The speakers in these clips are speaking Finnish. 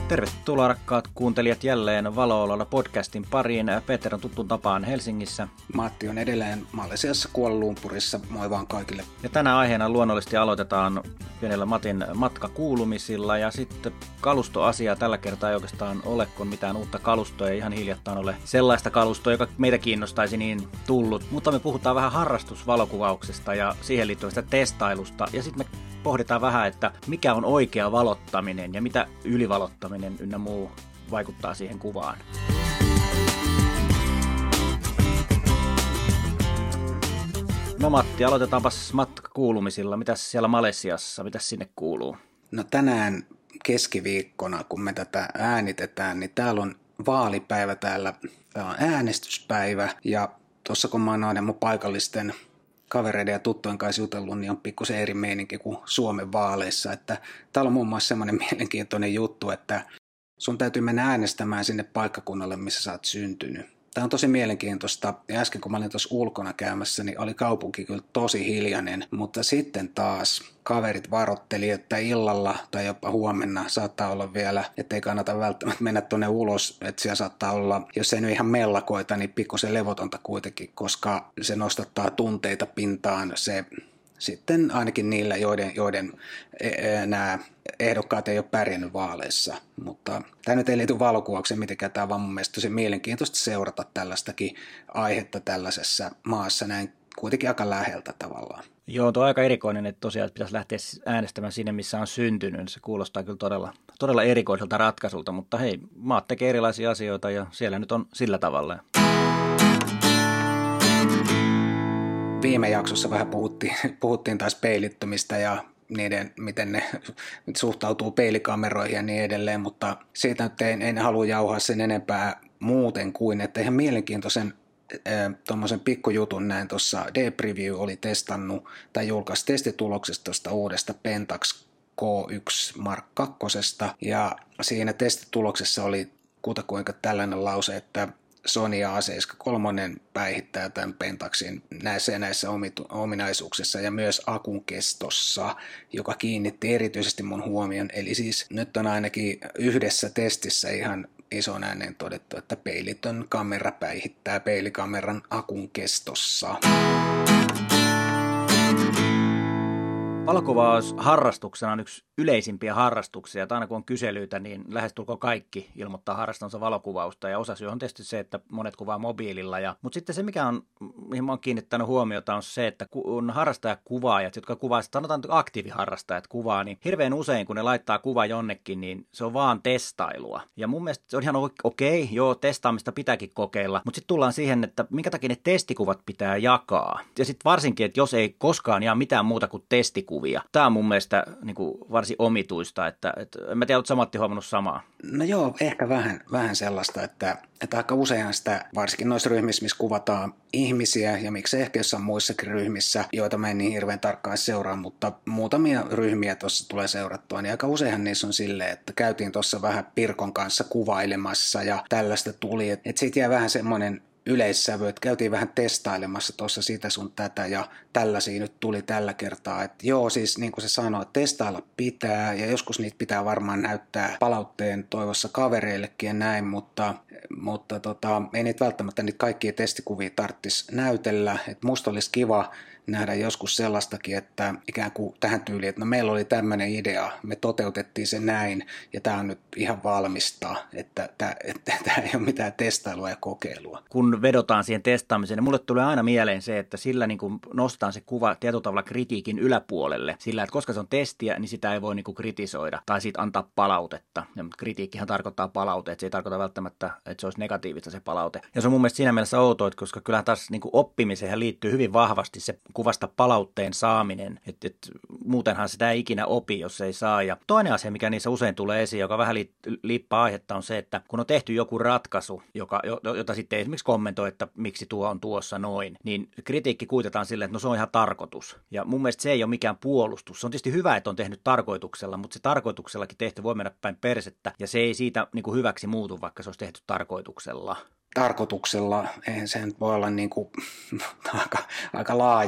Tervetuloa rakkaat kuuntelijat jälleen Valo-Oloilla podcastin pariin. Peter on tuttuun tapaan Helsingissä. Matti on edelleen Malesiassa Kuala Lumpurissa. Moi vaan kaikille. Ja tänä aiheena luonnollisesti aloitetaan pienellä Matin matkakuulumisilla ja sitten kalustoasiaa tällä kertaa ei oikeastaan ole, kun mitään uutta kalustoa ei ihan hiljattain ole sellaista kalustoa, joka meitä kiinnostaisi niin tullut. Mutta me puhutaan vähän harrastusvalokuvauksesta ja siihen liittyvästä testailusta ja sitten me pohditaan vähän, että mikä on oikea valottaminen ja mitä ylivalottaminen ynnä muu vaikuttaa siihen kuvaan. No Matti, aloitetaanpas matkakuulumisilla. Mitäs siellä Malesiassa, mitäs sinne kuuluu? No tänään keskiviikkona, kun me tätä äänitetään, niin täällä on vaalipäivä, täällä on äänestyspäivä ja tuossa kun mä oon noiden mun paikallisten kavereiden ja tuttujen kanssa jutellut, niin on pikkusen eri meininki kuin Suomen vaaleissa. Että täällä on muun muassa semmoinen mielenkiintoinen juttu, että sun täytyy mennä äänestämään sinne paikkakunnalle, missä sä oot syntynyt. Tämä on tosi mielenkiintoista. Ja äsken kun mä olin tuossa ulkona käymässä, niin oli kaupunki kyllä tosi hiljainen. Mutta sitten taas kaverit varoitteli, että illalla tai jopa huomenna saattaa olla vielä, ettei kannata välttämättä mennä tuonne ulos. Että siellä saattaa olla, jos ei nyt ihan mellakoita, niin pikkusen levotonta kuitenkin, koska se nostattaa tunteita pintaan. Se sitten ainakin niillä, joiden nämä ehdokkaat ei ole pärjännyt vaaleissa. Mutta tämä nyt ei liity valokuvaukseen mitenkään, tämä on vaan mun mielestä tosi mielenkiintoista seurata tällaistakin aihetta tällaisessa maassa näin kuitenkin aika läheltä tavallaan. Joo, tuo on aika erikoinen, että tosiaan että pitäisi lähteä äänestämään sinne, missä on syntynyt. Se kuulostaa kyllä todella erikoiselta ratkaisulta, mutta hei, maat tekee erilaisia asioita ja siellä nyt on sillä tavalla. Viime jaksossa vähän puhuttiin taas peilittömistä ja niiden, miten ne suhtautuu peilikameroihin ja niin edelleen, mutta siitä nyt en halua jauhaa sen enempää muuten kuin, että ihan mielenkiintoisen tuommoisen pikkujutun näin tuossa D-Preview oli testannut tai julkaisi testituloksesta tuosta uudesta Pentax K1 Mark II ja siinä testituloksessa oli kutakuinka tällainen lause, että Sony A73 päihittää tämän Pentaxin näissä ominaisuuksissa ja myös akun kestossa, joka kiinnitti erityisesti mun huomion. Eli siis nyt on ainakin yhdessä testissä ihan ison ääneen todettu, että peilitön kamera päihittää peilikameran akun kestossa. Valokuvaus harrastuksena on yksi yleisimpiä harrastuksia, että aina kun on kyselyitä, niin lähestulkoon kaikki ilmoittaa harrastansa valokuvausta ja osasyy on tietysti se, että monet kuvaa mobiililla. Mutta sitten se, mihin mä oon kiinnittänyt huomiota, on se, että kun harrastajakuvaajat, jotka kuvaa, sanotaan aktiiviharrastajat kuvaa, niin hirveän usein kun ne laittaa kuva jonnekin, niin se on vaan testailua. Ja mun mielestä se on ihan okei, joo, testaamista pitääkin kokeilla, mutta sitten tullaan siihen, että minkä takia ne testikuvat pitää jakaa. Ja sitten varsinkin, että jos ei koskaan jaa mitään muuta kuin testikuvia. Tämä on mun mielestä niin kuin varsin omituista, että en mä tiedä, oletko Matti huomannut samaa? No joo, ehkä vähän sellaista, että aika usein sitä, varsinkin noissa ryhmissä, missä kuvataan ihmisiä ja miksei ehkä jossain muissakin ryhmissä, joita mä en niin hirveän tarkkaan seuraa, mutta muutamia ryhmiä tuossa tulee seurattua, niin aika useinhan niissä on silleen, että käytiin tuossa vähän Pirkon kanssa kuvailemassa ja tällaista tuli, että siitä jää vähän semmoinen yleissävy, että käytiin vähän testailemassa tuossa sitä sun tätä ja tällaisia nyt tuli tällä kertaa, että joo siis niin kuin se sanoi, että testailla pitää ja joskus niitä pitää varmaan näyttää palautteen toivossa kavereillekin ja näin, mutta ei niitä välttämättä niitä kaikkia testikuvia tarvitsisi näytellä, että musta olisi kiva nähdä joskus sellaistakin, että ikään kuin tähän tyyliin, että no meillä oli tämmöinen idea, me toteutettiin se näin ja tämä on nyt ihan valmista, että tämä ei ole mitään testailua ja kokeilua. Kun vedotaan siihen testaamiseen, niin mulle tulee aina mieleen se, että sillä niin kuin nostetaan se kuva tietyllä tavalla kritiikin yläpuolelle, sillä että koska se on testiä, niin sitä ei voi niin kuin kritisoida tai siitä antaa palautetta. Ja kritiikkihän tarkoittaa palaute, että se ei tarkoita välttämättä, että se olisi negatiivista se palaute. Ja se on mun mielestä siinä mielessä outoa, että koska kyllähän taas niin kuin oppimiseen liittyy hyvin vahvasti se kuvasta palautteen saaminen, että muutenhan sitä ei ikinä opi, jos ei saa. Ja toinen asia, mikä niissä usein tulee esiin, joka vähän liippaa aihetta, on se, että kun on tehty joku ratkaisu, jota sitten esimerkiksi kommentoi, että miksi tuo on tuossa noin, niin kritiikki kuitataan silleen, että no se on ihan tarkoitus. Ja mun mielestä se ei ole mikään puolustus. Se on tietysti hyvä, että on tehnyt tarkoituksella, mutta se tarkoituksellakin tehty voi mennä päin persettä, ja se ei siitä niin kuin hyväksi muutu, vaikka se olisi tehty tarkoituksella. Tarkoituksella, eihän se nyt voi olla niin kuin aika laaja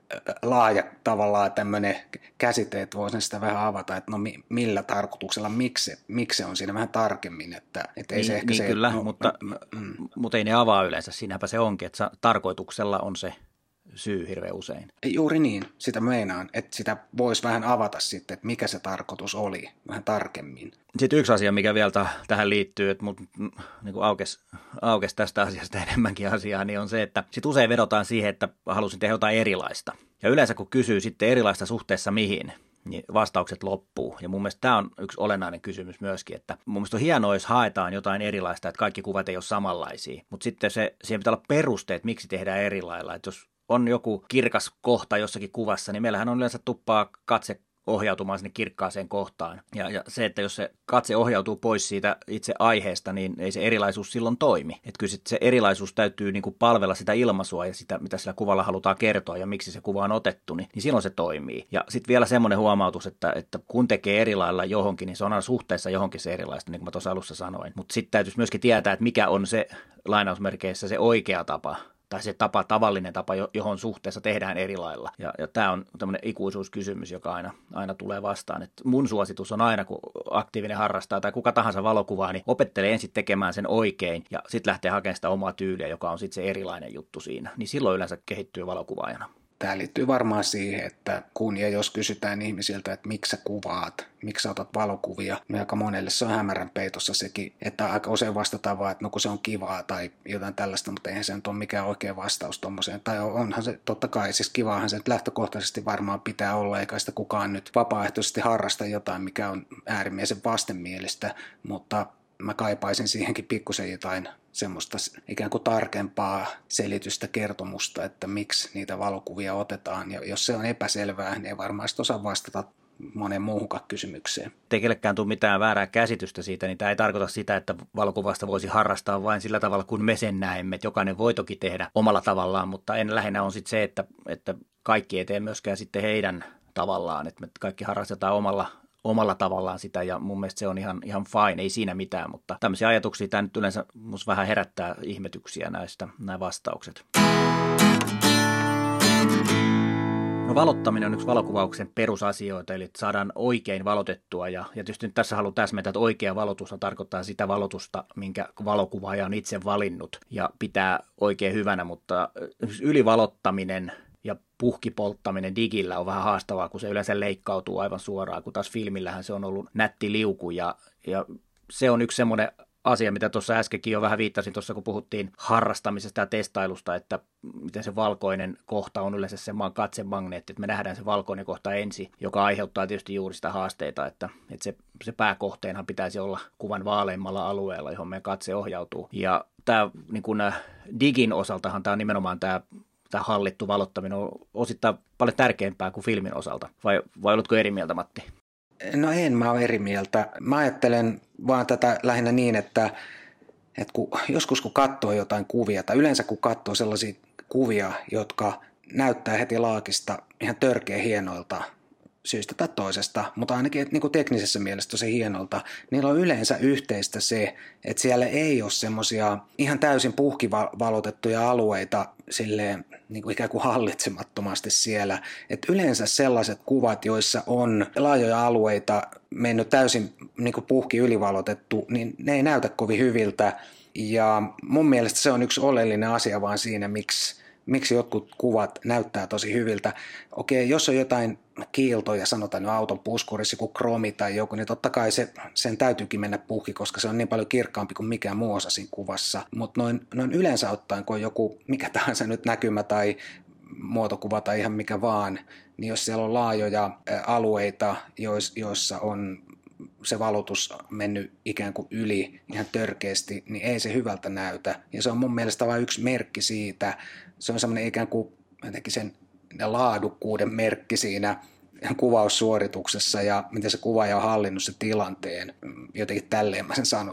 laaja tavallaan tämmöinen käsite, että voisin sitä vähän avata, että no millä tarkoituksella, miksi se on siinä vähän tarkemmin, että ei se ehkä niin se... kyllä, no, mutta ei ne avaa yleensä, siinäpä se onkin, että tarkoituksella on se syy hirveän usein. Juuri niin, sitä meinaan, että sitä voisi vähän avata sitten, että mikä se tarkoitus oli vähän tarkemmin. Sitten yksi asia, mikä vielä tähän liittyy, että mut niin aukesi tästä asiasta enemmänkin asiaa, niin on se, että sit usein vedotaan siihen, että halusin tehdä jotain erilaista. Ja yleensä kun kysyy sitten erilaista suhteessa mihin, niin vastaukset loppuu. Ja mun mielestä tämä on yksi olennainen kysymys myöskin, että mun mielestä on hienoa, jos haetaan jotain erilaista, että kaikki kuvat ei ole samanlaisia. Mutta sitten siihen pitää olla perusteet, miksi tehdään eri lailla. Että jos on joku kirkas kohta jossakin kuvassa, niin meillähän on yleensä tuppaa katse ohjautumaan sinne kirkkaaseen kohtaan. Ja se, että jos se katse ohjautuu pois siitä itse aiheesta, niin ei se erilaisuus silloin toimi. Että kyllä se erilaisuus täytyy niin kuin palvella sitä ilmaisua ja sitä, mitä sillä kuvalla halutaan kertoa ja miksi se kuva on otettu, niin silloin se toimii. Ja sitten vielä semmoinen huomautus, että kun tekee eri lailla johonkin, niin se on aina suhteessa johonkin se erilaista, niin kuin mä tuossa alussa sanoin. Mutta sitten täytyisi myöskin tietää, että mikä on se lainausmerkeissä se oikea tapa, tai se tavallinen tapa, johon suhteessa tehdään eri lailla. Ja tämä on tämmöinen ikuisuuskysymys, joka aina tulee vastaan. Et mun suositus on aina, kun aktiivinen harrastaa tai kuka tahansa valokuvaa, niin opettelee ensin tekemään sen oikein ja sitten lähtee hakemaan sitä omaa tyyliä, joka on sitten se erilainen juttu siinä. Niin silloin yleensä kehittyy valokuvaajana. Tämä liittyy varmaan siihen, että kun ja jos kysytään ihmisiltä, että miksi sä kuvaat, miksi sä otat valokuvia, niin aika monelle se on hämärän peitossa sekin, että aika usein vastataan vaan, että no kun se on kivaa tai jotain tällaista, mutta eihän se nyt ole mikään oikea vastaus tommoseen. Tai onhan se totta kai, siis kivaahan se nyt lähtökohtaisesti varmaan pitää olla, eikä sitä kukaan nyt vapaaehtoisesti harrasta jotain, mikä on äärimmäisen vastenmielistä, mutta mä kaipaisin siihenkin pikkusen jotain semmoista ikään kuin tarkempaa selitystä, kertomusta, että miksi niitä valokuvia otetaan. Ja jos se on epäselvää, niin ei varmaan osaa vastata monen muuhunkaan kysymykseen. Ei kellekään tule mitään väärää käsitystä siitä, niin tämä ei tarkoita sitä, että valokuvasta voisi harrastaa vain sillä tavalla, kun me sen näemme. Että jokainen voi toki tehdä omalla tavallaan, mutta lähinnä on sitten se, että kaikki ei tee myöskään sitten heidän tavallaan, että me kaikki harrastetaan omalla tavallaan sitä, ja mun mielestä se on ihan fine, ei siinä mitään, mutta tämmöisiä ajatuksia tämä nyt yleensä musta vähän herättää ihmetyksiä nämä vastaukset. No, valottaminen on yksi valokuvauksen perusasioita, eli saadaan oikein valotettua, ja tietysti nyt tässä haluan täsmentää, että oikea valotus tarkoittaa sitä valotusta, minkä valokuvaaja on itse valinnut, ja pitää oikein hyvänä, mutta ylivalottaminen ja puhkipolttaminen digillä on vähän haastavaa, kun se yleensä leikkautuu aivan suoraan, kun taas filmillähän se on ollut nätti liuku, ja se on yksi semmoinen asia, mitä tuossa äskenkin jo vähän viittasin tuossa, kun puhuttiin harrastamisesta ja testailusta, että miten se valkoinen kohta on yleensä semmoinen katsemagneetti, että me nähdään se valkoinen kohta ensin, joka aiheuttaa tietysti juuri sitä haasteita, että se pääkohteenhan pitäisi olla kuvan vaaleimmalla alueella, johon meidän katse ohjautuu. Ja tämä niin kuin digin osaltahan tämä on nimenomaan tämä hallittu valottaminen on osittain paljon tärkeämpää kuin filmin osalta. Vai oletko eri mieltä, Matti? No mä ole eri mieltä. Mä ajattelen vaan tätä lähinnä niin, että joskus kun katsoo jotain kuvia, tai yleensä kun katsoo sellaisia kuvia, jotka näyttää heti laakista ihan törkeä hienoilta syystä tai toisesta, mutta ainakin niin kuin teknisessä mielessä tosi hienolta, niillä on yleensä yhteistä se, että siellä ei ole semmoisia ihan täysin puhkivalotettuja alueita silleen niin kuin ikään kuin hallitsemattomasti siellä. Että yleensä sellaiset kuvat, joissa on laajoja alueita mennyt täysin niin kuin puhki ylivalotettu, niin ne ei näytä kovin hyviltä. Ja mun mielestä se on yksi oleellinen asia vaan siinä, miksi jotkut kuvat näyttää tosi hyviltä. Okei, jos on jotain kiiltoja, sanotaan jo auton puskurissa, joku kromi tai joku, niin totta kai sen täytyykin mennä puhki, koska se on niin paljon kirkkaampi kuin mikään muu osa siinä kuvassa. Mutta noin yleensä ottaen, kun on joku mikä tahansa nyt näkymä tai muotokuva tai ihan mikä vaan, niin jos siellä on laajoja alueita, joissa on se valotus mennyt ikään kuin yli ihan törkeästi, niin ei se hyvältä näytä. Ja se on mun mielestä vain yksi merkki siitä. Se on semmoinen ikään kuin jotenkin sen laadukkuuden merkki siinä kuvaussuorituksessa ja miten se kuvaaja on hallinnut sen tilanteen. Jotenkin tälleen mä sen sanoisin.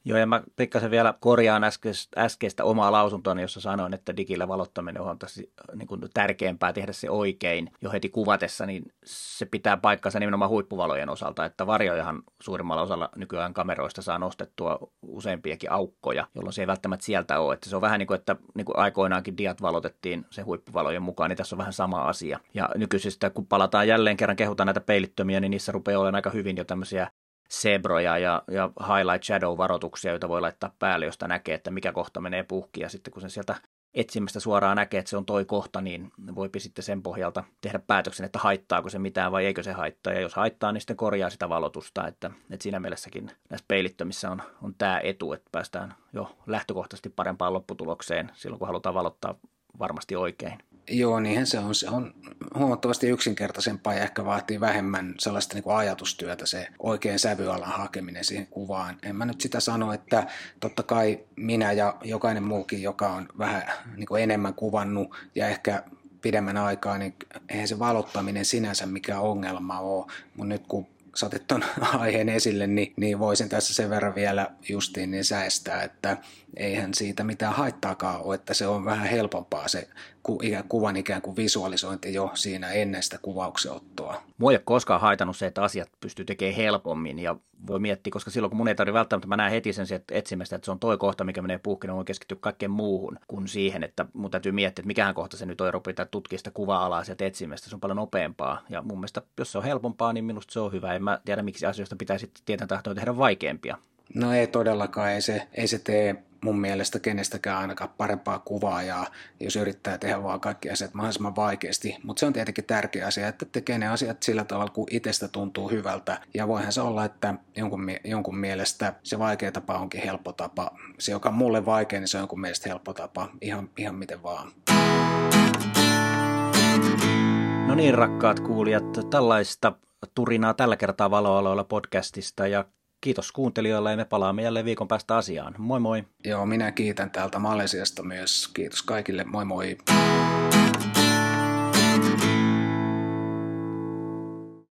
Joo, ja mä pikkasen vielä korjaan äskeistä omaa lausuntoani, jossa sanoin, että digillä valottaminen on tosi niin kuin tärkeämpää tehdä se oikein jo heti kuvatessa, niin se pitää paikkansa nimenomaan huippuvalojen osalta, että varjojahan suurimmalla osalla nykyään kameroista saa nostettua useampiakin aukkoja, jolloin se ei välttämättä sieltä ole. Että se on vähän niin kuin, että niin kuin aikoinaankin diat valotettiin se huippuvalojen mukaan, niin tässä on vähän sama asia. Ja nykyisistä, kun palataan jälleen kerran kehutaan näitä peilittömiä, niin niissä rupeaa olemaan aika hyvin jo tämmöisiä zebroja ja highlight shadow-varoituksia, joita voi laittaa päälle, josta näkee, että mikä kohta menee puhki. Ja sitten kun sen sieltä etsimästä suoraan näkee, että se on toi kohta, niin voipi sitten sen pohjalta tehdä päätöksen, että haittaako se mitään vai eikö se haittaa. Ja jos haittaa, niin sitten korjaa sitä valotusta. Että siinä mielessäkin näissä peilittömissä on tämä etu, että päästään jo lähtökohtaisesti parempaan lopputulokseen silloin, kun halutaan valottaa varmasti oikein. Joo, niinhän se on. Se on huomattavasti yksinkertaisempaa ja ehkä vaatii vähemmän sellaista niin kuin ajatustyötä se oikein sävyalan hakeminen siihen kuvaan. En mä nyt sitä sano, että totta kai minä ja jokainen muukin, joka on vähän niin kuin enemmän kuvannut ja ehkä pidemmän aikaa, niin eihän se valottaminen sinänsä mikään ongelma ole. Mutta nyt kun saatit tuon aiheen esille, niin voisin tässä sen verran vielä justiin niin säestää, että eihän siitä mitään haittaakaan ole, että se on vähän helpompaa se kuvan ikään kuin visualisointi jo siinä ennen sitä kuvauksenottoa. Mua ei ole koskaan haitannut se, että asiat pystyy tekemään helpommin ja voi miettiä, koska silloin kun mun ei tarvitse välttämättä, mä näen heti sen etsimästä, että se on toi kohta, mikä menee puhkiin, niin voin keskittyä kaikkeen muuhun kuin siihen, että mun täytyy miettiä, että mikähän kohta se nyt on, ja pitää tutkia sitä kuva-alaa sieltä etsimästä, se on paljon nopeampaa ja mun mielestä, jos se on helpompaa, niin minusta se on hyvä, en mä tiedä, miksi asioista pitäisi tietän tahtoa tehdä vaikeampia. No ei todellakaan, ei se tee mun mielestä kenestäkään ainakaan parempaa kuvaa, ja jos yrittää tehdä vaan kaikki asiat mahdollisimman vaikeasti. Mutta se on tietenkin tärkeä asia, että tekee ne asiat sillä tavalla, kun itsestä tuntuu hyvältä. Ja voihan se olla, että jonkun mielestä se vaikea tapa onkin helppo tapa. Se, joka on mulle vaikea, niin se on jonkun mielestä helppo tapa. Ihan miten vaan. No niin, rakkaat kuulijat, tällaista turinaa tällä kertaa Valoaloilla podcastista, ja kiitos kuuntelijoille ja me palaamme jälleen viikon päästä asiaan. Moi moi! Joo, minä kiitän täältä Malesiasta myös. Kiitos kaikille. Moi moi!